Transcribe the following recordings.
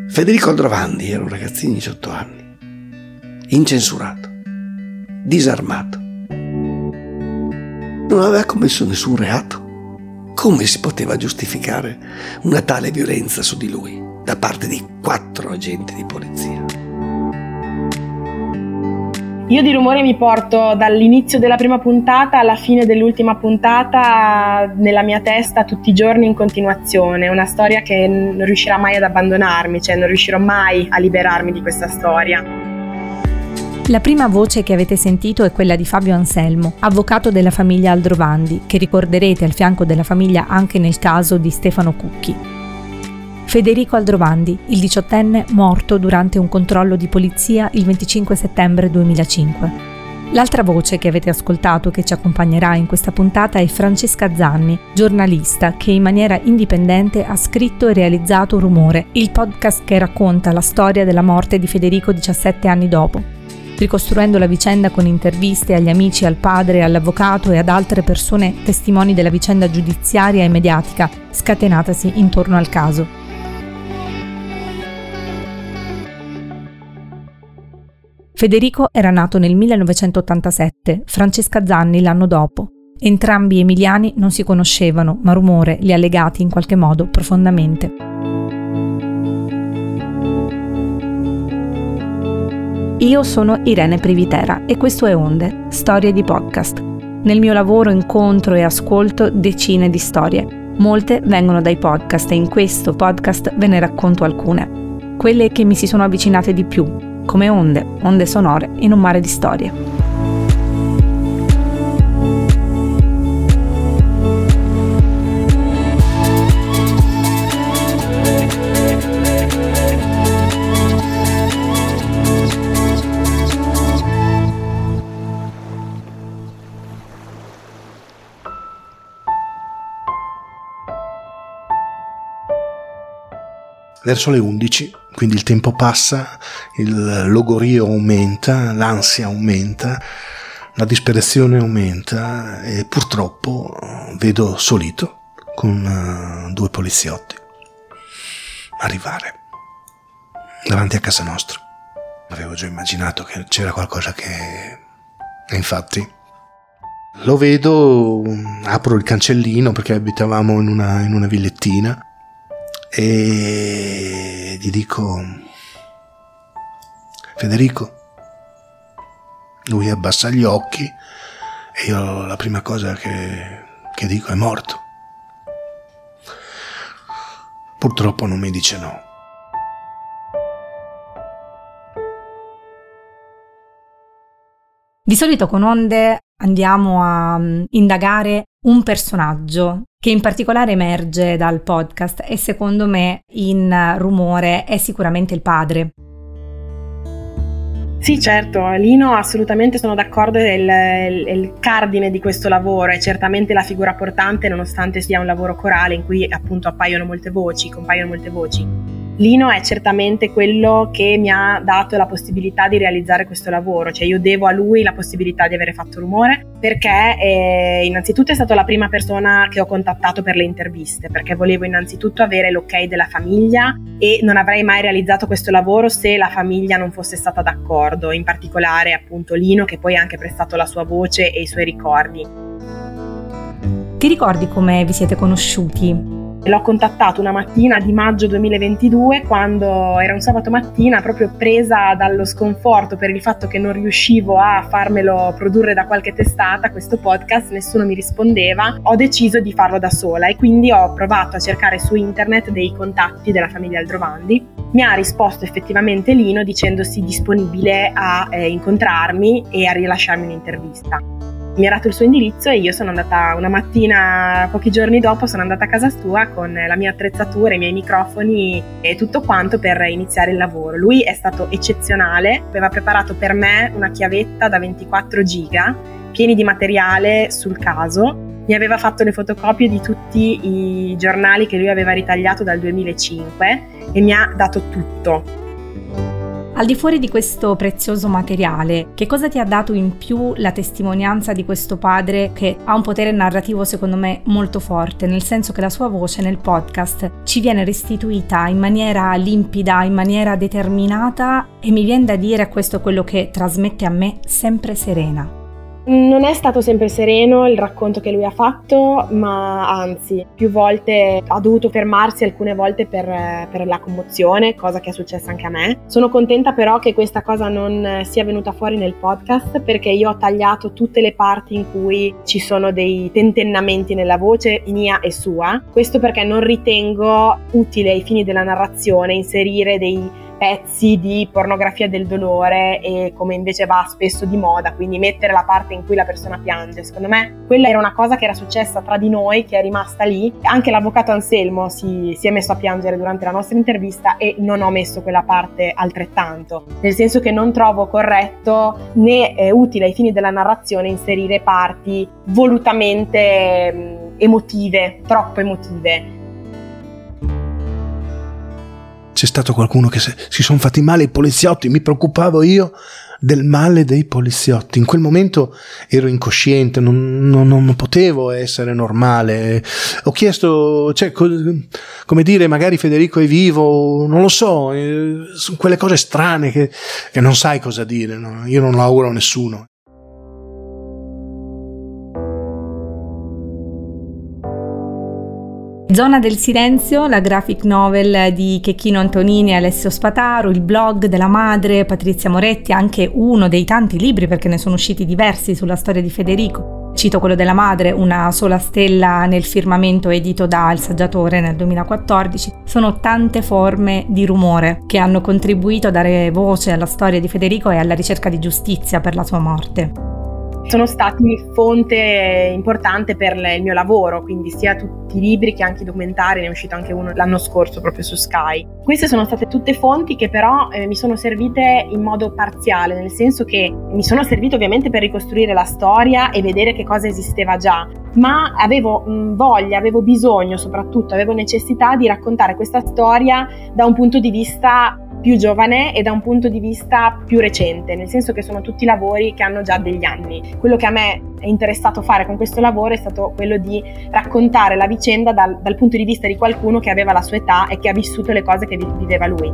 Federico Aldrovandi era un ragazzino di 18 anni, incensurato, disarmato. Non aveva commesso nessun reato. Come si poteva giustificare una tale violenza su di lui da parte di 4 agenti di polizia? Io di rumore mi porto dall'inizio della prima puntata alla fine dell'ultima puntata nella mia testa tutti i giorni in continuazione. È una storia che non riuscirà mai ad abbandonarmi, cioè non riuscirò mai a liberarmi di questa storia. La prima voce che avete sentito è quella di Fabio Anselmo, avvocato della famiglia Aldrovandi, che ricorderete al fianco della famiglia anche nel caso di Stefano Cucchi. Federico Aldrovandi, il 18enne morto durante un controllo di polizia il 25 settembre 2005. L'altra voce che avete ascoltato che ci accompagnerà in questa puntata è Francesca Zanni, giornalista che in maniera indipendente ha scritto e realizzato Rumore, il podcast che racconta la storia della morte di Federico 17 anni dopo, ricostruendo la vicenda con interviste agli amici, al padre, all'avvocato e ad altre persone testimoni della vicenda giudiziaria e mediatica scatenatasi intorno al caso. Federico era nato nel 1987, Francesca Zanni l'anno dopo. Entrambi emiliani non si conoscevano, ma Rumore li ha legati in qualche modo profondamente. Io sono Irene Privitera e questo è Onde, storie di podcast. Nel mio lavoro incontro e ascolto decine di storie. Molte vengono dai podcast e in questo podcast ve ne racconto alcune. Quelle che mi si sono avvicinate di più, come onde sonore in un mare di storie. Verso le 11, quindi il tempo passa, il logorio aumenta, l'ansia aumenta, la disperazione aumenta e purtroppo vedo Solito con 2 poliziotti arrivare davanti a casa nostra. Avevo già immaginato che c'era qualcosa e infatti lo vedo, apro il cancellino perché abitavamo in una villettina e gli dico: Federico. Lui abbassa gli occhi e io la prima cosa che dico è morto. Purtroppo non mi dice no. Di solito con Onde andiamo a indagare un personaggio che in particolare emerge dal podcast e secondo me in Rumore è sicuramente il padre. Sì, certo, Lino assolutamente sono d'accordo, è il cardine di questo lavoro, è certamente la figura portante nonostante sia un lavoro corale in cui appunto compaiono molte voci. Lino è certamente quello che mi ha dato la possibilità di realizzare questo lavoro, cioè io devo a lui la possibilità di avere fatto Rumore perché innanzitutto è stata la prima persona che ho contattato per le interviste, perché volevo innanzitutto avere l'ok della famiglia e non avrei mai realizzato questo lavoro se la famiglia non fosse stata d'accordo, in particolare appunto Lino che poi ha anche prestato la sua voce e i suoi ricordi. Ti ricordi come vi siete conosciuti? L'ho contattato una mattina di maggio 2022 quando era un sabato mattina, proprio presa dallo sconforto per il fatto che non riuscivo a farmelo produrre da qualche testata questo podcast, nessuno mi rispondeva, ho deciso di farlo da sola e quindi ho provato a cercare su internet dei contatti della famiglia Aldrovandi. Mi ha risposto effettivamente Lino dicendosi disponibile a incontrarmi e a rilasciarmi un'intervista. Mi era dato il suo indirizzo e io sono andata una mattina, pochi giorni dopo, sono andata a casa sua con la mia attrezzatura, i miei microfoni e tutto quanto per iniziare il lavoro. Lui è stato eccezionale, aveva preparato per me una chiavetta da 24 giga, pieni di materiale sul caso, mi aveva fatto le fotocopie di tutti i giornali che lui aveva ritagliato dal 2005 e mi ha dato tutto. Al di fuori di questo prezioso materiale, che cosa ti ha dato in più la testimonianza di questo padre che ha un potere narrativo secondo me molto forte, nel senso che la sua voce nel podcast ci viene restituita in maniera limpida, in maniera determinata e mi viene da dire questo è quello che trasmette a me sempre serena. Non è stato sempre sereno il racconto che lui ha fatto, ma anzi, più volte ha dovuto fermarsi, alcune volte per la commozione, cosa che è successa anche a me. Sono contenta però che questa cosa non sia venuta fuori nel podcast, perché io ho tagliato tutte le parti in cui ci sono dei tentennamenti nella voce mia e sua. Questo perché non ritengo utile ai fini della narrazione inserire dei pezzi di pornografia del dolore, e come invece va spesso di moda, quindi mettere la parte in cui la persona piange. Secondo me quella era una cosa che era successa tra di noi, che è rimasta lì. Anche l'avvocato Anselmo si è messo a piangere durante la nostra intervista e non ho messo quella parte altrettanto, nel senso che non trovo corretto né utile ai fini della narrazione inserire parti volutamente emotive, troppo emotive. C'è stato qualcuno che si sono fatti male i poliziotti, mi preoccupavo io del male dei poliziotti. In quel momento ero incosciente, non potevo essere normale. Ho chiesto, come dire, magari Federico è vivo, non lo so, sono quelle cose strane che non sai cosa dire, no? Io non lo auguro a nessuno. Zona del silenzio, la graphic novel di Checchino Antonini e Alessio Spataro, il blog della madre Patrizia Moretti, anche uno dei tanti libri, perché ne sono usciti diversi sulla storia di Federico. Cito quello della madre, Una sola stella nel firmamento, edito da Il Saggiatore nel 2014. Sono tante forme di rumore che hanno contribuito a dare voce alla storia di Federico e alla ricerca di giustizia per la sua morte. Sono stati fonte importante per il mio lavoro, quindi sia tutti i libri che anche i documentari, ne è uscito anche uno l'anno scorso proprio su Sky. Queste sono state tutte fonti che però mi sono servite in modo parziale, nel senso che mi sono servite ovviamente per ricostruire la storia e vedere che cosa esisteva già, ma avevo voglia, avevo bisogno, soprattutto avevo necessità di raccontare questa storia da un punto di vista più giovane e da un punto di vista più recente, nel senso che sono tutti lavori che hanno già degli anni. Quello che a me è interessato fare con questo lavoro è stato quello di raccontare la vicenda dal punto di vista di qualcuno che aveva la sua età e che ha vissuto le cose che viveva lui.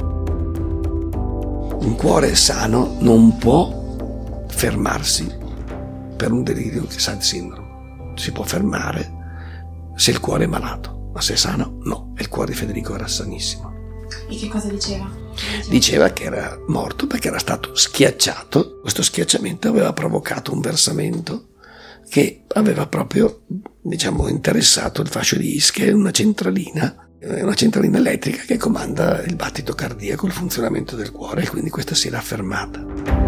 Un cuore sano non può fermarsi per un delirio di sad syndrome. Si può fermare se il cuore è malato, ma se è sano no. E il cuore di Federico era sanissimo. E che cosa diceva? Diceva che era morto perché era stato schiacciato. Questo schiacciamento aveva provocato un versamento che aveva proprio, interessato il fascio di Ischia, una centralina elettrica che comanda il battito cardiaco, il funzionamento del cuore, e quindi questa si era fermata.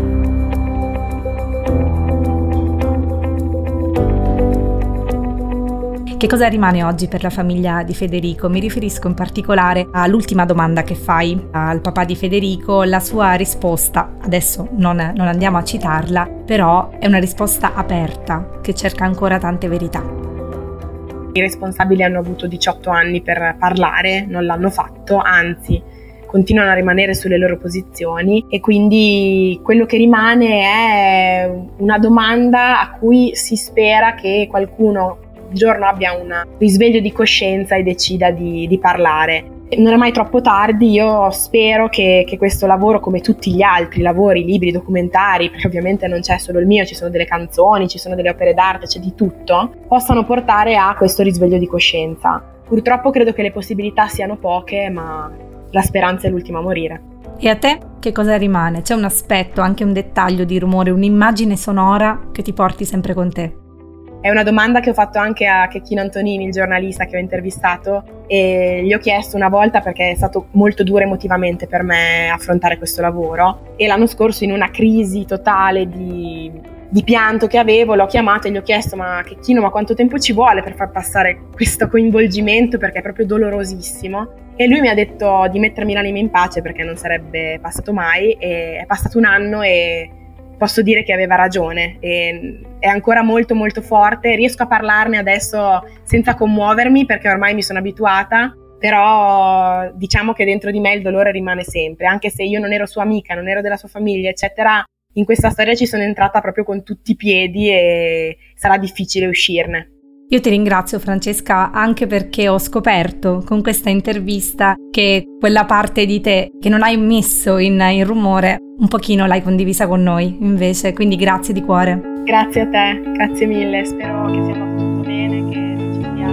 Che cosa rimane oggi per la famiglia di Federico? Mi riferisco in particolare all'ultima domanda che fai al papà di Federico. La sua risposta, adesso non andiamo a citarla, però è una risposta aperta che cerca ancora tante verità. I responsabili hanno avuto 18 anni per parlare, non l'hanno fatto, anzi continuano a rimanere sulle loro posizioni, e quindi quello che rimane è una domanda a cui si spera che qualcuno un giorno abbia un risveglio di coscienza e decida di parlare. Non è mai troppo tardi. Io spero che questo lavoro, come tutti gli altri lavori, libri, documentari, perché ovviamente non c'è solo il mio, ci sono delle canzoni, ci sono delle opere d'arte, c'è di tutto, possano portare a questo risveglio di coscienza. Purtroppo credo che le possibilità siano poche, ma la speranza è l'ultima a morire. E a te che cosa rimane? C'è un aspetto, anche un dettaglio di rumore, un'immagine sonora che ti porti sempre con te? È una domanda che ho fatto anche a Checchino Antonini, il giornalista che ho intervistato, e gli ho chiesto una volta, perché è stato molto duro emotivamente per me affrontare questo lavoro, e l'anno scorso, in una crisi totale di pianto che avevo, l'ho chiamato e gli ho chiesto: ma Checchino, ma quanto tempo ci vuole per far passare questo coinvolgimento, perché è proprio dolorosissimo? E lui mi ha detto di mettermi l'anima in pace, perché non sarebbe passato mai, e è passato un anno e posso dire che aveva ragione, e è ancora molto molto forte. Riesco a parlarne adesso senza commuovermi, perché ormai mi sono abituata, però diciamo che dentro di me il dolore rimane sempre, anche se io non ero sua amica, non ero della sua famiglia, eccetera. In questa storia ci sono entrata proprio con tutti i piedi e sarà difficile uscirne. Io ti ringrazio, Francesca, anche perché ho scoperto con questa intervista che quella parte di te che non hai messo in rumore un pochino l'hai condivisa con noi invece, quindi grazie di cuore. Grazie a te, grazie mille, spero che sia andato tutto bene, che ci sia.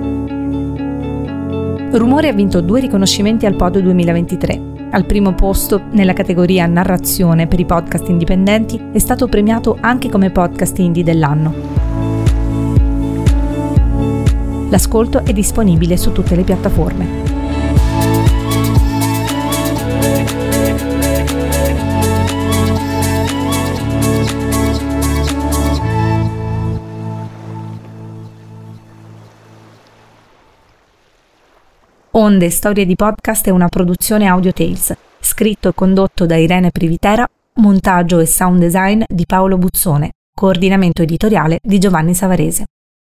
Rumore ha vinto 2 riconoscimenti al Podio 2023. Al primo posto nella categoria narrazione per i podcast indipendenti è stato premiato anche come podcast indie dell'anno. L'ascolto è disponibile su tutte le piattaforme. Onde Storie di Podcast è una produzione Audio Tales, scritto e condotto da Irene Privitera, montaggio e sound design di Paolo Buzzone, coordinamento editoriale di Giovanni Savarese.